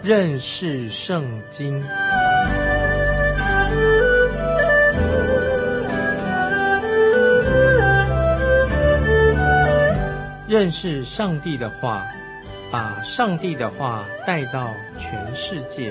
认识圣经。认识上帝的话，把上帝的话带到全世界。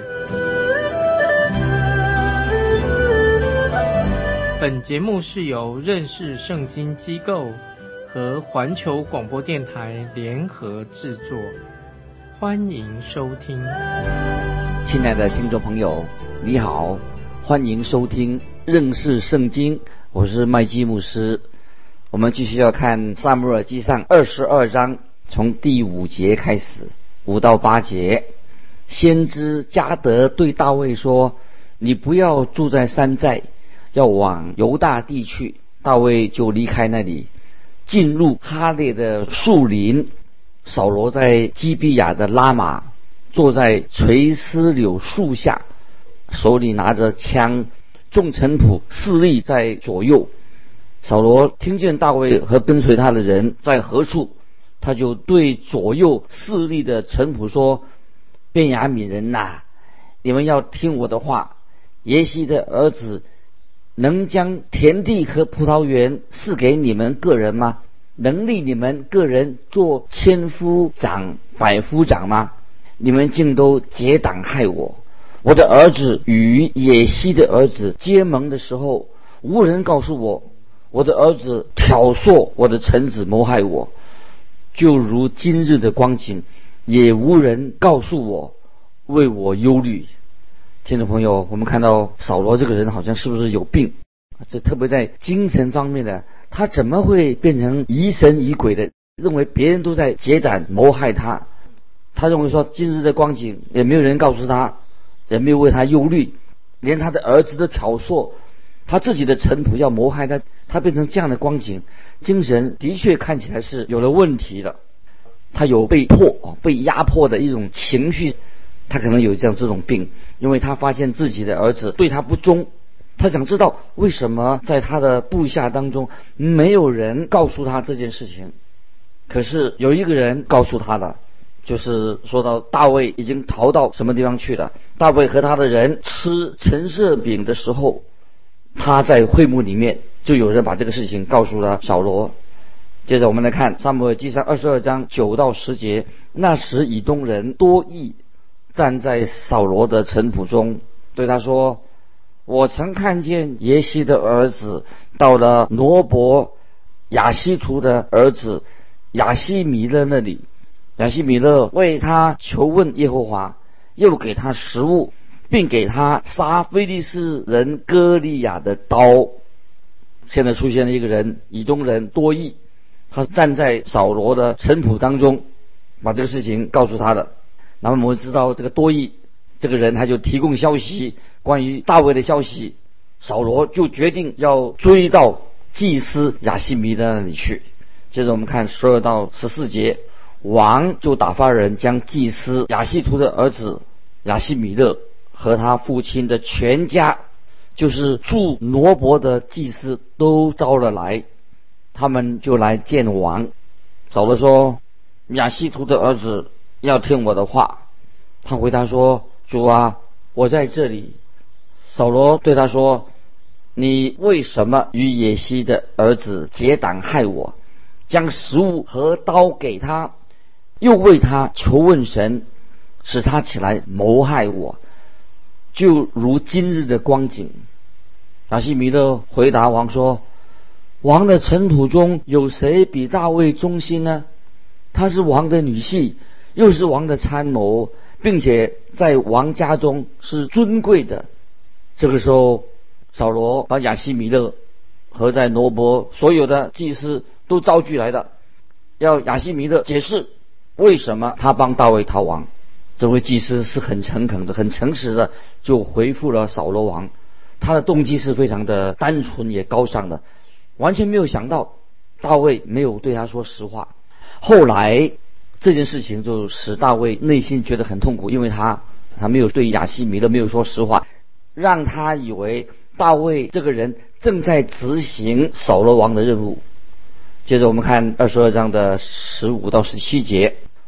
本节目是由认识圣经机构和环球广播电台联合制作，欢迎收听。 亲爱的听众朋友，你好，欢迎收听认识圣经，我是麦基牧师。我们继续要看撒母耳记上22章，从第5节开始，5到8节。先知迦得对大卫说：你不要住在山寨，要往犹大地去。大卫就离开那里，进入哈列的树林。扫罗在基比亚的拉玛，坐在垂丝柳树下，手里拿着枪，众臣仆侍立在左右。扫罗听见大卫和跟随他的人在何处，他就对左右侍立的臣仆说：便雅悯人呐，你们要听我的话。耶西的儿子能将田地和葡萄园赐给你们个人吗？能立你们个人做千夫长、百夫长吗？你们竟都结党害我。我的儿子与耶西的儿子结盟的时候，无人告诉我。我的儿子挑唆我的臣子谋害我，就如今日的光景，也无人告诉我，为我忧虑。听众朋友，我们看到扫罗这个人好像是不是有病？这特别在精神方面的，他怎么会变成疑神疑鬼的，认为别人都在结党谋害他？他认为说今日的光景也没有人告诉他，也没有为他忧虑，连他的儿子都挑唆他自己的臣仆要谋害他，他变成这样的光景，精神的确看起来是有了问题的。他有被迫、被压迫的一种情绪，他可能有这种病，因为他发现自己的儿子对他不忠，他想知道为什么在他的部下当中没有人告诉他这件事情。可是有一个人告诉他的，就是说到大卫已经逃到什么地方去了。大卫和他的人吃陈设饼的时候，他在会幕里面，就有人把这个事情告诉了扫罗。接着我们来看撒母耳记上22章9到10节。那时以东人多益站在扫罗的臣仆中，对他说：我曾看见耶西的儿子到了挪伯亚希图的儿子亚希米勒那里，亚希米勒为他求问耶和华，又给他食物，并给他杀非利士人歌利亚的刀。现在出现了一个人，以东人多益，他站在扫罗的臣仆当中，把这个事情告诉他的。那么我们知道这个多益这个人，他就提供消息，关于大卫的消息。扫罗就决定要追到祭司亚希米勒那里去。接着我们看12到14节。王就打发人将祭司亚希图的儿子亚希米勒和他父亲的全家，就是住挪伯的祭司都招了来，他们就来见王。扫罗说：亚希图的儿子要听我的话。他回答说：主啊，我在这里。扫罗对他说：你为什么与耶西的儿子结党害我，将食物和刀给他，又为他求问神，使他起来谋害我，就如今日的光景。亚希米勒回答王说：王的臣仆中有谁比大卫忠心呢？他是王的女婿，又是王的参谋，并且在王家中是尊贵的。这个时候，扫罗把亚希米勒和在挪伯所有的祭司都招聚来了，要亚希米勒解释为什么他帮大卫逃亡。这位祭司是很诚恳的、很诚实的，就回复了扫罗王。他的动机是非常的单纯也高尚的，完全没有想到大卫没有对他说实话。后来这件事情就使大卫内心觉得很痛苦，因为他没有对亚希米勒没有说实话，让他以为大卫这个人正在执行扫罗王的任务。接着我们看22章的15到17节。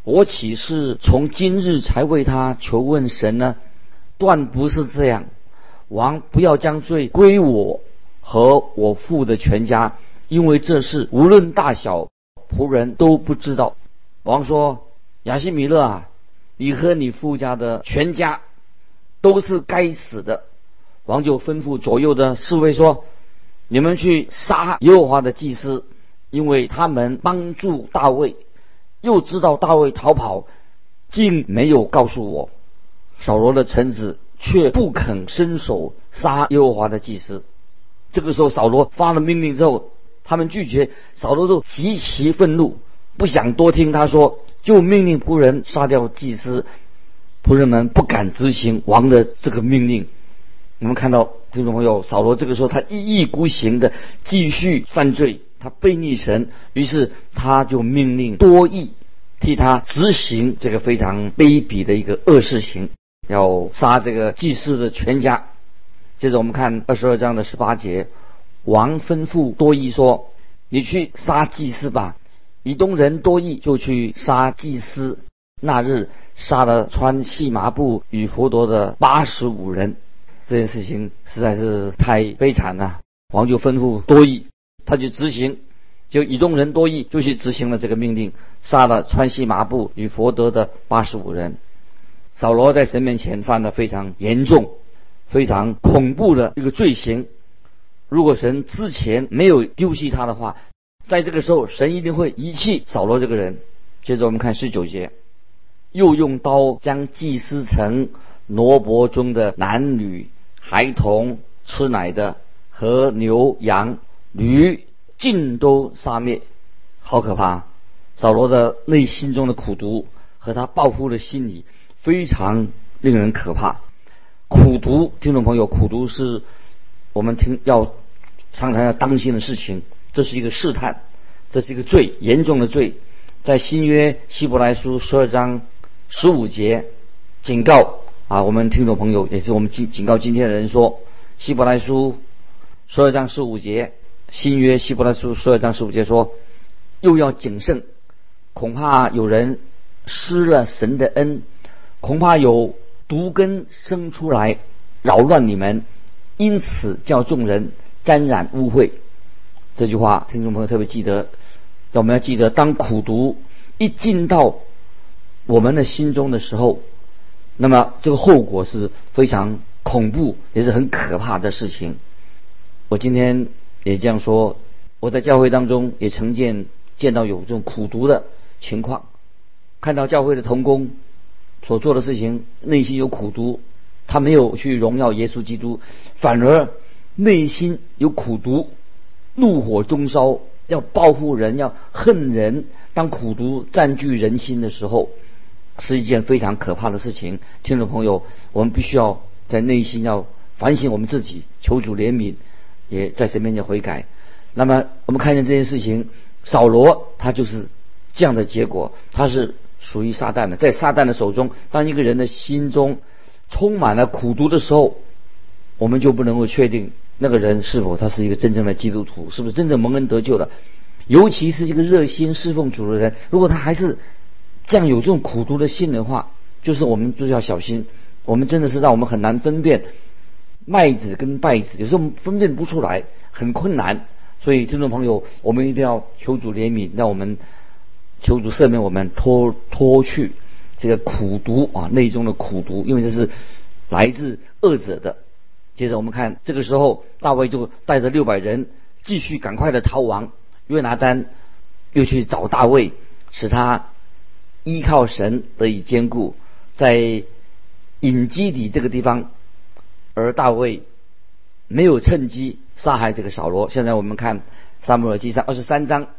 我岂是从今日才为他求问神呢？断不是这样。王不要将罪归我和我父的全家，因为这事无论大小，仆人都不知道。王说：亚希米勒啊，你和你父家的全家都是该死的。王就吩咐左右的侍卫说：你们去杀耶和华的祭司，因为他们帮助大卫，又知道大卫逃跑，竟没有告诉我。扫罗的臣子却不肯伸手杀耶和华的祭司。这个时候扫罗发了命令之后，他们拒绝，扫罗就极其愤怒，不想多听他说，就命令仆人杀掉祭司。仆人们不敢执行王的这个命令。我们看到听众朋友，扫罗这个时候他一意孤行的继续犯罪，他背逆神，于是他就命令多益替他执行这个非常卑鄙的一个恶事情，要杀这个祭司的全家。接着我们看22章的18节，王吩咐多益说：你去杀祭司吧。以东人多益就去杀祭司，那日杀了穿细麻布与弗夺的85人。这件事情实在是太悲惨了，王就吩咐多益，他去执行，就以东人多益就去执行了这个命令，杀了穿细麻布与弗夺的85人。扫罗在神面前犯了非常严重非常恐怖的一个罪行，如果神之前没有丢弃他的话，在这个时候神一定会遗弃扫罗这个人。接着我们看19节，又用刀将祭司城挪伯中的男女孩童吃奶的和牛羊驴尽都杀灭。好可怕！扫罗的内心中的苦毒和他报复的心理非常令人可怕。苦毒，听众朋友，苦毒是我们常常要当心的事情，这是一个试探，这是一个罪，严重的罪。在新约希伯来书12章15节警告我们听众朋友，也是我们警告今天的人说，希伯来书12章15节，新约希伯来书12章15节说，又要谨慎，恐怕有人失了神的恩，恐怕有毒根生出来扰乱你们，因此叫众人沾染污秽。这句话听众朋友特别记得，我们要记得，当苦毒一进到我们的心中的时候，那么这个后果是非常恐怖，也是很可怕的事情。我今天也这样说，我在教会当中也曾见到有这种苦毒的情况，看到教会的同工所做的事情内心有苦毒，他没有去荣耀耶稣基督，反而内心有苦毒，怒火中烧，要报复人，要恨人。当苦毒占据人心的时候，是一件非常可怕的事情。听众朋友，我们必须要在内心要反省我们自己，求主怜悯，也在神面前悔改。那么我们看见这件事情，扫罗他就是这样的结果，他是属于撒旦的。在撒旦的手中，当一个人的心中充满了苦毒的时候，我们就不能够确定那个人是否他是一个真正的基督徒，是不是真正蒙恩得救的。尤其是一个热心侍奉主的人，如果他还是这样有这种苦毒的心的话，就是我们就是要小心。我们真的是让我们很难分辨麦子跟稗子，有时候分辨不出来，很困难。所以听众朋友，我们一定要求主怜悯，让我们求主赦免我们，脱去这个苦毒内中的苦毒，因为这是来自恶者的。接着我们看，这个时候大卫就带着600人继续赶快的逃亡。约拿单又去找大卫，使他依靠神得以坚固，在隐基底这个地方，而大卫没有趁机杀害这个扫罗。现在我们看撒母耳记上23章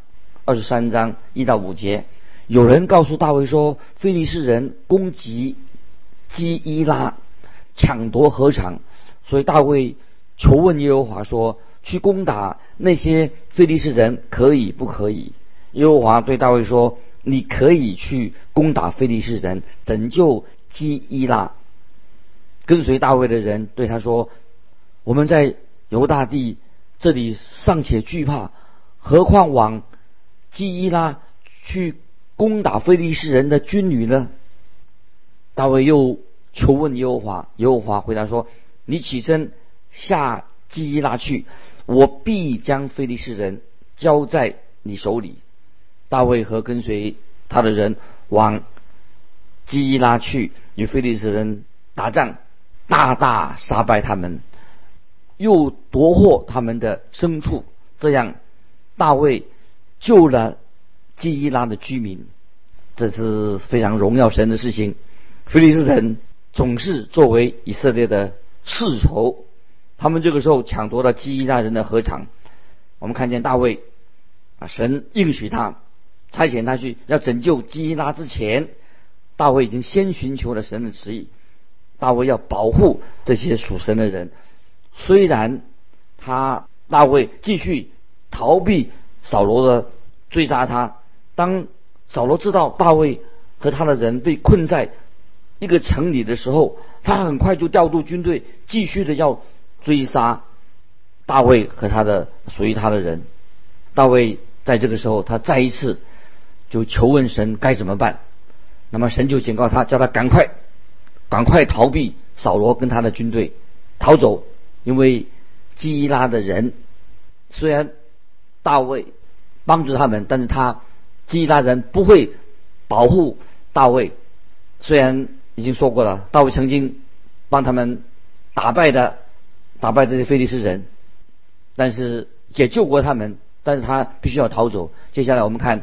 1到5节，有人告诉大卫说，非利士人攻击基伊拉，抢夺禾场，所以大卫求问耶和华说，去攻打那些非利士人可以不可以？耶和华对大卫说，你可以去攻打非利士人，拯救基伊拉。跟随大卫的人对他说，我们在犹大地这里尚且惧怕，何况往基伊拉去攻打非利士人的军旅呢？大卫又求问耶和华，耶和华回答说：你起身下基伊拉去，我必将非利士人交在你手里。大卫和跟随他的人往基伊拉去，与非利士人打仗，大大杀败他们，又夺获他们的牲畜。这样大卫救了基伊拉的居民，这是非常荣耀神的事情。非利士人总是作为以色列的世仇，他们这个时候抢夺了基伊拉人的禾场。我们看见大卫神应许他，差遣他去要拯救基伊拉之前，大卫已经先寻求了神的旨意。大卫要保护这些属神的人，虽然大卫继续逃避扫罗的追杀他。当扫罗知道大卫和他的人被困在一个城里的时候，他很快就调度军队，继续的要追杀大卫和属于他的人。大卫在这个时候，他再一次就求问神该怎么办。那么神就警告他，叫他赶快逃避扫罗跟他的军队，逃走。因为基伊拉的人虽然大卫帮助他们，但是基伊拉人不会保护大卫。虽然已经说过了，大卫曾经帮他们打败这些非利士人，但是也救过他们，但是他必须要逃走。接下来我们看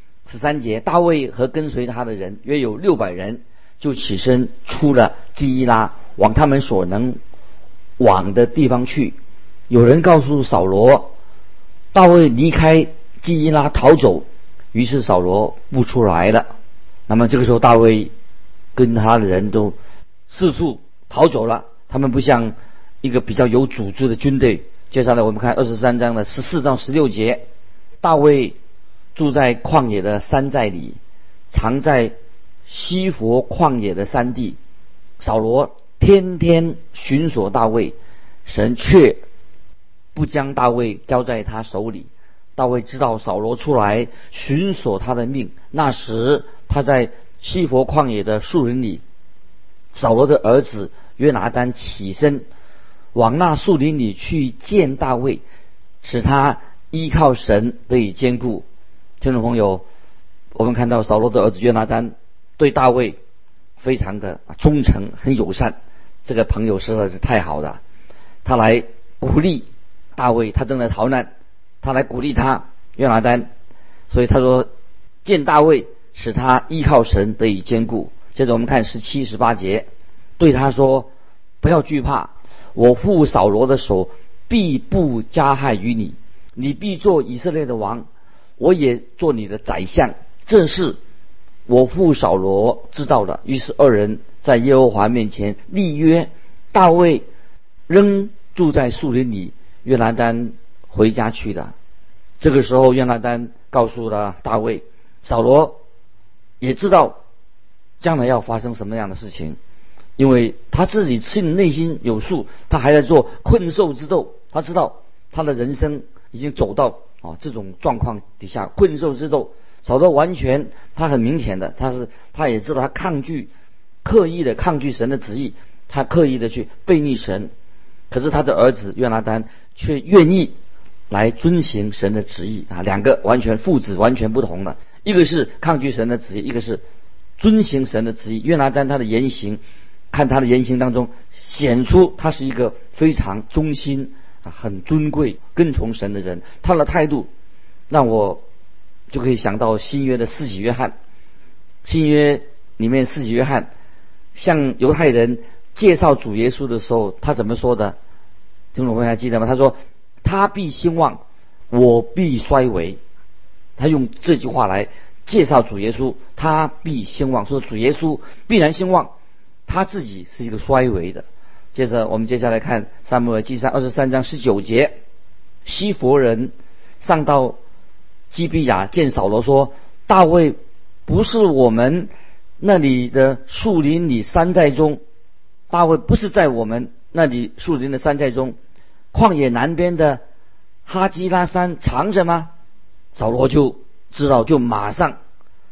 13节，大卫和跟随他的人约有600人，就起身出了基伊拉，往他们所能往的地方去。有人告诉扫罗，大卫离开基伊拉逃走，于是扫罗不出来了。那么这个时候大卫跟他的人都四处逃走了，他们不像一个比较有组织的军队。接下来我们看23章的14到16节，大卫住在旷野的山寨里，藏在西弗旷野的山地。扫罗天天寻索大卫，神却不将大卫交在他手里。大卫知道扫罗出来寻索他的命，那时他在西弗旷野的树林里。扫罗的儿子约拿单起身往那树林里去见大卫，使他依靠神得以坚固。听众朋友，我们看到扫罗的儿子约拿单对大卫非常的忠诚，很友善。这个朋友实在是太好了，他来鼓励大卫，他正在逃难，他来鼓励他约拿单。所以他说见大卫，使他依靠神得以坚固。接着我们看17、18节，对他说，不要惧怕，我父扫罗的手必不加害于你，你必做以色列的王，我也做你的宰相。这是我父扫罗知道的。于是二人在耶和华面前立约。大卫仍住在树林里，约拿单回家去了。这个时候约拿单告诉了大卫，扫罗也知道将来要发生什么样的事情，因为他自己心内心有数，他还在做困兽之斗。他知道他的人生已经走到这种状况底下，困兽之斗。扫罗完全他很明显的，他也知道他刻意的抗拒神的旨意，他刻意的去背逆神。可是他的儿子约拿单却愿意来遵行神的旨意两个父子完全不同的，一个是抗拒神的旨意，一个是遵行神的旨意。约拿单他的言行，看他的言行当中显出他是一个非常忠心很尊贵跟从神的人。他的态度让我就可以想到新约的施洗约翰。新约里面施洗约翰向犹太人介绍主耶稣的时候，他怎么说的？听众朋友还记得吗？他说他必兴旺，我必衰微。他用这句话来介绍主耶稣，他必兴旺，说主耶稣必然兴旺，他自己是一个衰微的。接着我们接下来看撒母耳记上23章19节，西弗人上到基比亚见扫罗说，大卫不是我们那里的树林里山寨中，大卫不是在我们那里树林的山寨中，旷野南边的哈基拉山藏着吗？扫罗就知道，就马上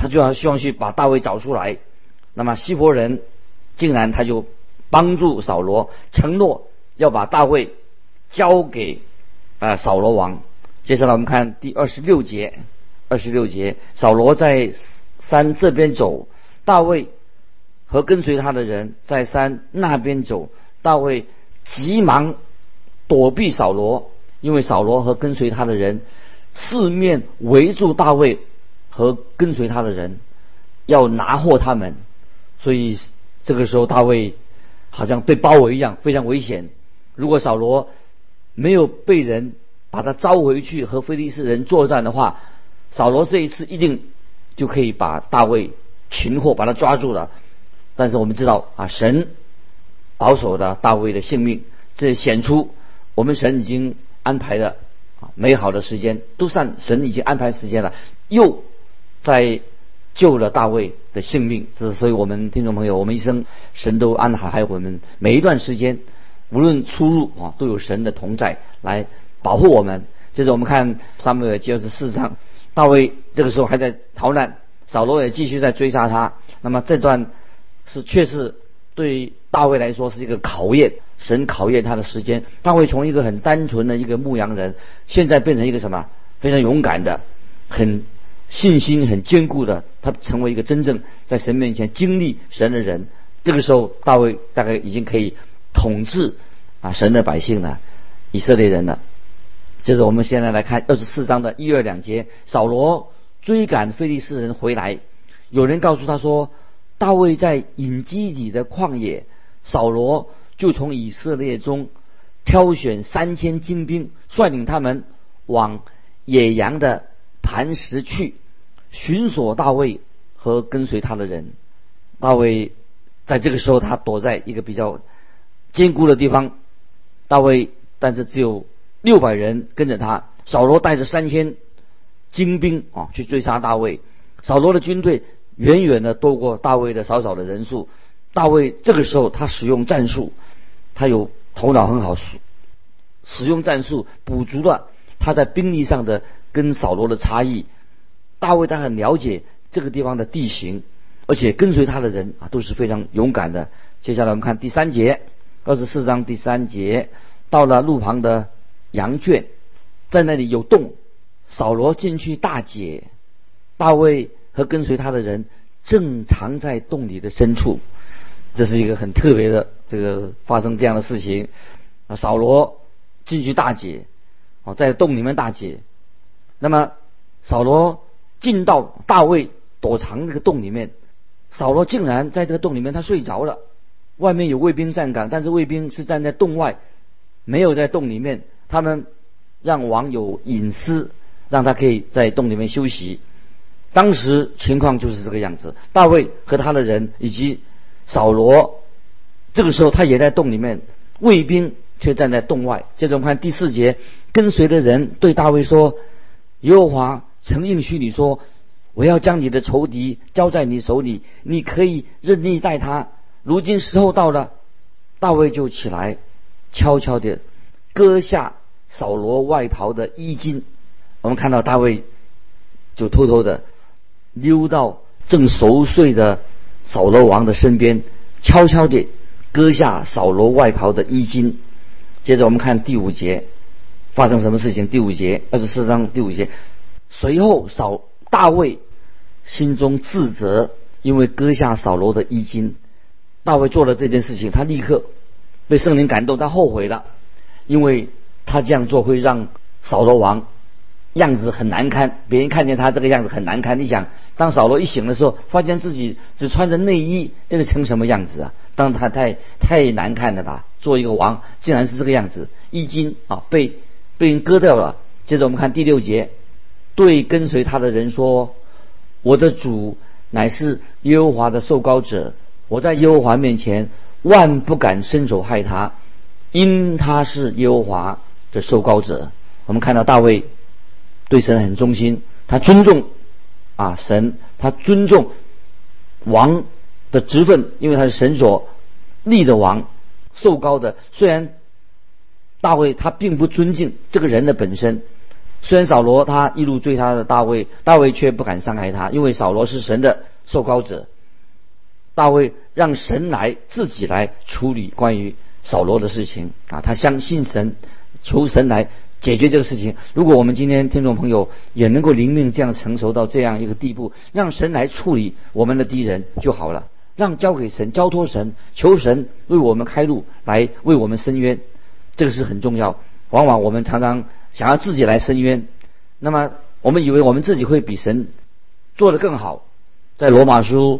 他就要希望去把大卫找出来。那么西弗人竟然他就帮助扫罗，承诺要把大卫交给扫罗王。接下来我们看第26节。扫罗在山这边走，大卫和跟随他的人在山那边走。大卫急忙躲避扫罗，因为扫罗和跟随他的人四面围住大卫和跟随他的人，要拿获他们。所以这个时候大卫好像被包围一样，非常危险。如果扫罗没有被人把他招回去和非利士人作战的话，扫罗这一次一定就可以把大卫擒获，把他抓住了。但是我们知道神保守了大卫的性命，这显出我们神已经安排了美好的时间，都算神已经安排时间了，又在救了大卫的性命。所以我们听众朋友，我们一生神都安排，还有我们每一段时间无论出入都有神的同在来保护我们。接着我们看撒母耳记24章，大卫这个时候还在逃难，扫罗也继续在追杀他。那么这段确实对大卫来说是一个考验，神考验他的时间。大卫从一个很单纯的一个牧羊人，现在变成一个什么非常勇敢的、很信心很坚固的，他成为一个真正在神面前经历神的人。这个时候大卫大概已经可以统治神的百姓了，以色列人了。接着我们现在来看24章的1、2、2节。扫罗追赶非利士人回来，有人告诉他说，大卫在隐基底的旷野。扫罗就从以色列中挑选3000精兵，率领他们往野羊的磐石去，寻索大卫和跟随他的人。大卫在这个时候他躲在一个比较坚固的地方，大卫但是只有600人跟着他，扫罗带着3000精兵去追杀大卫。扫罗的军队远远的多过大卫的少少的人数。大卫这个时候他使用战术，他有头脑很好，使用战术补足了他在兵力上的跟扫罗的差异。大卫他很了解这个地方的地形，而且跟随他的人都是非常勇敢的。接下来我们看第3节，24章第3节。到了路旁的羊圈，在那里有洞，扫罗进去大解，大卫和跟随他的人正藏在洞里的深处。这是一个很特别的发生这样的事情。扫罗进去大解，在洞里面大解。那么扫罗进到大卫躲藏那个洞里面，扫罗竟然在这个洞里面他睡着了。外面有卫兵站岗，但是卫兵是站在洞外，没有在洞里面。他们让王有隐私，让他可以在洞里面休息。当时情况就是这个样子，大卫和他的人以及扫罗这个时候他也在洞里面，卫兵却站在洞外。接着我们看第4节，跟随的人对大卫说，耶和华曾应许你说，我要将你的仇敌交在你手里，你可以任意待他。如今时候到了。大卫就起来，悄悄地割下扫罗外袍的衣襟。我们看到大卫就偷偷地溜到正熟睡的扫罗王的身边，悄悄地割下扫罗外袍的衣襟。接着我们看第5节发生什么事情。第5节24章第5节，随后大卫心中自责，因为割下扫罗的衣襟。大卫做了这件事情，他立刻被圣灵感动，他后悔了，因为他这样做会让扫罗王样子很难看，别人看见他这个样子很难看。你想，当扫罗一醒的时候，发现自己只穿着内衣，这个成什么样子啊？当他太难看了吧？做一个王竟然是这个样子，衣襟被人割掉了。接着我们看第6节，对跟随他的人说，我的主乃是耶和华的受膏者，我在耶和华面前万不敢伸手害他，因他是耶和华的受膏者。我们看到大卫对神很忠心，他尊重神，他尊重王的职分，因为他是神所立的王，受膏的。虽然大卫他并不尊敬这个人的本身， 虽然扫罗他一路追他的大卫，大卫却不敢伤害他，因为扫罗是神的受膏者。大卫让神自己来处理关于扫罗的事情啊，他相信神，求神来解决这个事情。如果我们今天听众朋友也能够灵命这样成熟到这样一个地步，让神来处理我们的敌人就好了，让交给神，交托神，求神为我们开路，来为我们伸冤，这个是很重要。往往我们常常想要自己来伸冤，那么我们以为我们自己会比神做得更好。在罗马书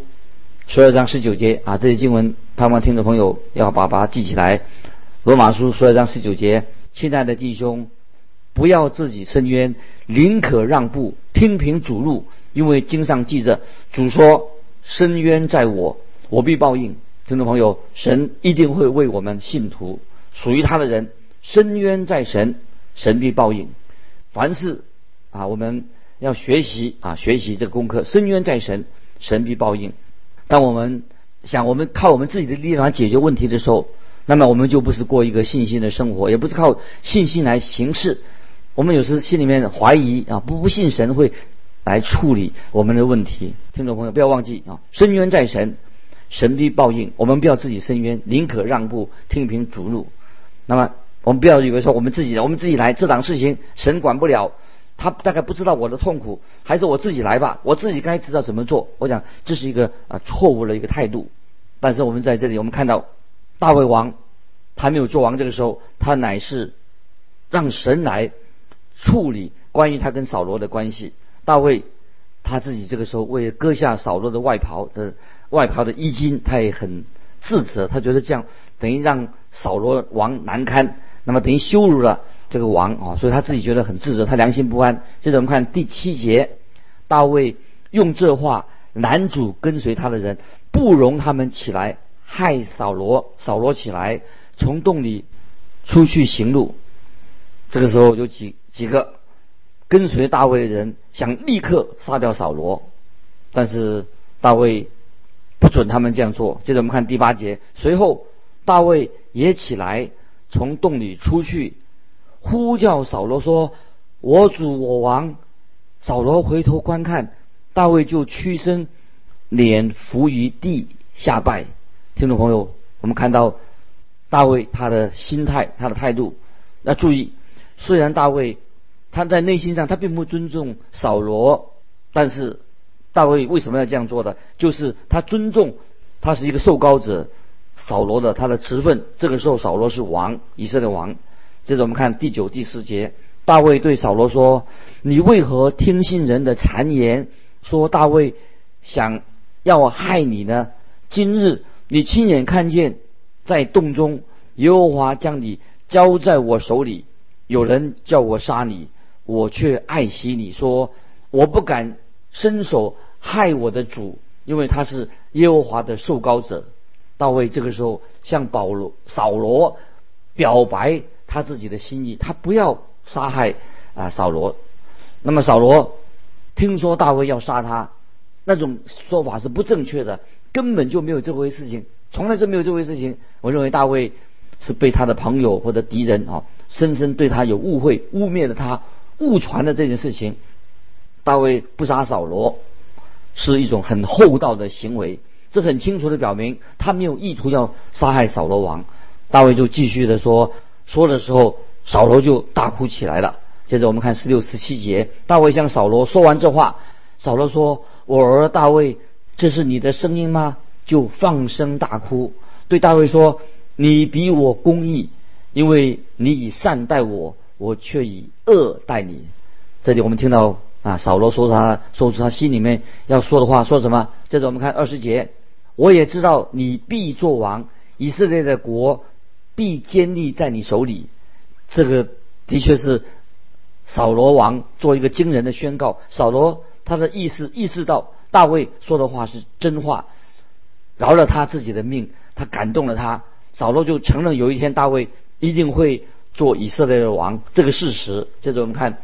12章19节啊，这些经文盼望听众朋友要把它记起来。罗马书12章19节，亲爱的弟兄，不要自己伸冤，宁可让步，听凭主怒，因为经上记着，主说，伸冤在我，我必报应。听众朋友，神一定会为我们信徒属于他的人伸冤在神，神必报应。凡事啊，我们要学习这个功课，伸冤在神，神必报应。当我们想我们靠我们自己的力量来解决问题的时候，那么我们就不是过一个信心的生活，也不是靠信心来行事。我们有时心里面怀疑啊，不信神会来处理我们的问题。听众朋友不要忘记啊，伸冤在神，神必报应。我们不要自己伸冤，宁可让步，听凭主怒。那么我们不要以为说我们自己来，这档事情神管不了，他大概不知道我的痛苦，还是我自己来吧，我自己该知道怎么做。我想这是一个错误的一个态度。但是我们在这里我们看到大卫王他没有做王，这个时候他乃是让神来处理关于他跟扫罗的关系。大卫他自己这个时候为了割下扫罗的外袍的衣襟，他也很自责，他觉得这样等于让扫罗王难堪，那么等于羞辱了这个王啊，所以他自己觉得很自责，他良心不安。接着我们看第7节，大卫用这话拦阻跟随他的人，不容他们起来害扫罗。扫罗起来从洞里出去行路。这个时候有几个跟随大卫的人想立刻杀掉扫罗，但是大卫不准他们这样做。接着我们看第8节，随后大卫也起来从洞里出去，呼叫扫罗说，我主我王。扫罗回头观看，大卫就屈身脸伏于地下拜。听众朋友，我们看到大卫他的心态，他的态度。那注意，虽然大卫他在内心上他并不尊重扫罗，但是大卫为什么要这样做的？就是他尊重，他是一个受膏者，扫罗的他的职分。这个时候扫罗是王，以色列王。接着我们看第9、第10节，大卫对扫罗说，你为何听信人的谗言，说大卫想要我害你呢？今日你亲眼看见在洞中耶和华将你交在我手里，有人叫我杀你，我却爱惜你，说我不敢伸手害我的主，因为他是耶和华的受膏者。大卫这个时候向扫罗表白他自己的心意，他不要杀害扫罗。那么扫罗听说大卫要杀他，那种说法是不正确的，根本就没有这回事情，从来就没有这回事情。我认为大卫是被他的朋友或者敌人深深对他有误会，污蔑了他，误传的这件事情。大卫不杀扫罗是一种很厚道的行为，这很清楚的表明他没有意图要杀害扫罗王。大卫就继续的说的时候，扫罗就大哭起来了。接着我们看16、17节，大卫向扫罗说完这话，扫罗说，我儿大卫，这是你的声音吗？就放声大哭，对大卫说，你比我公义，因为你以善待我，我却以恶待你。这里我们听到扫罗说出他心里面要说的话，说什么？接着我们看20节，我也知道你必作王，以色列的国必坚立在你手里。这个的确是扫罗王做一个惊人的宣告。扫罗他的意识到大卫说的话是真话，饶了他自己的命，他感动了他。扫罗就承认有一天大卫一定会做以色列的王这个事实。接着我们看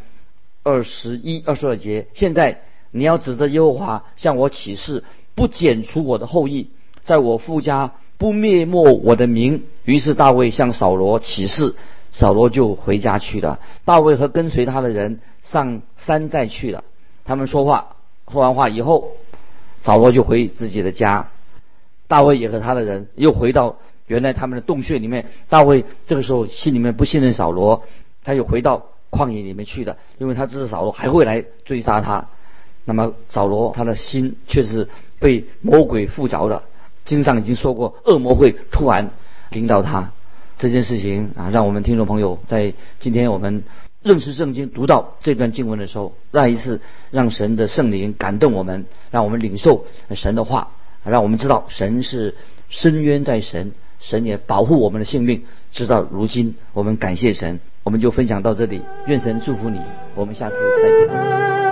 21、22节，现在你要指着耶和华向我起誓，不剪除我的后裔，在我父家不灭没我的名。于是大卫向扫罗起誓， 扫罗就回家去了。大卫和跟随他的人上山寨去了。他们说完话以后，扫罗就回自己的家。大卫也和他的人又回到原来他们的洞穴里面。大卫这个时候心里面不信任扫罗，他又回到旷野里面去了，因为他知道扫罗还会来追杀他。那么扫罗他的心却是被魔鬼附着了。经上已经说过，恶魔会突然领导他。这件事情让我们听众朋友在今天我们认识圣经读到这段经文的时候，再一次让神的圣灵感动我们，让我们领受神的话，让我们知道神是深渊在神，神也保护我们的性命直到如今。我们感谢神。我们就分享到这里，愿神祝福你，我们下次再见。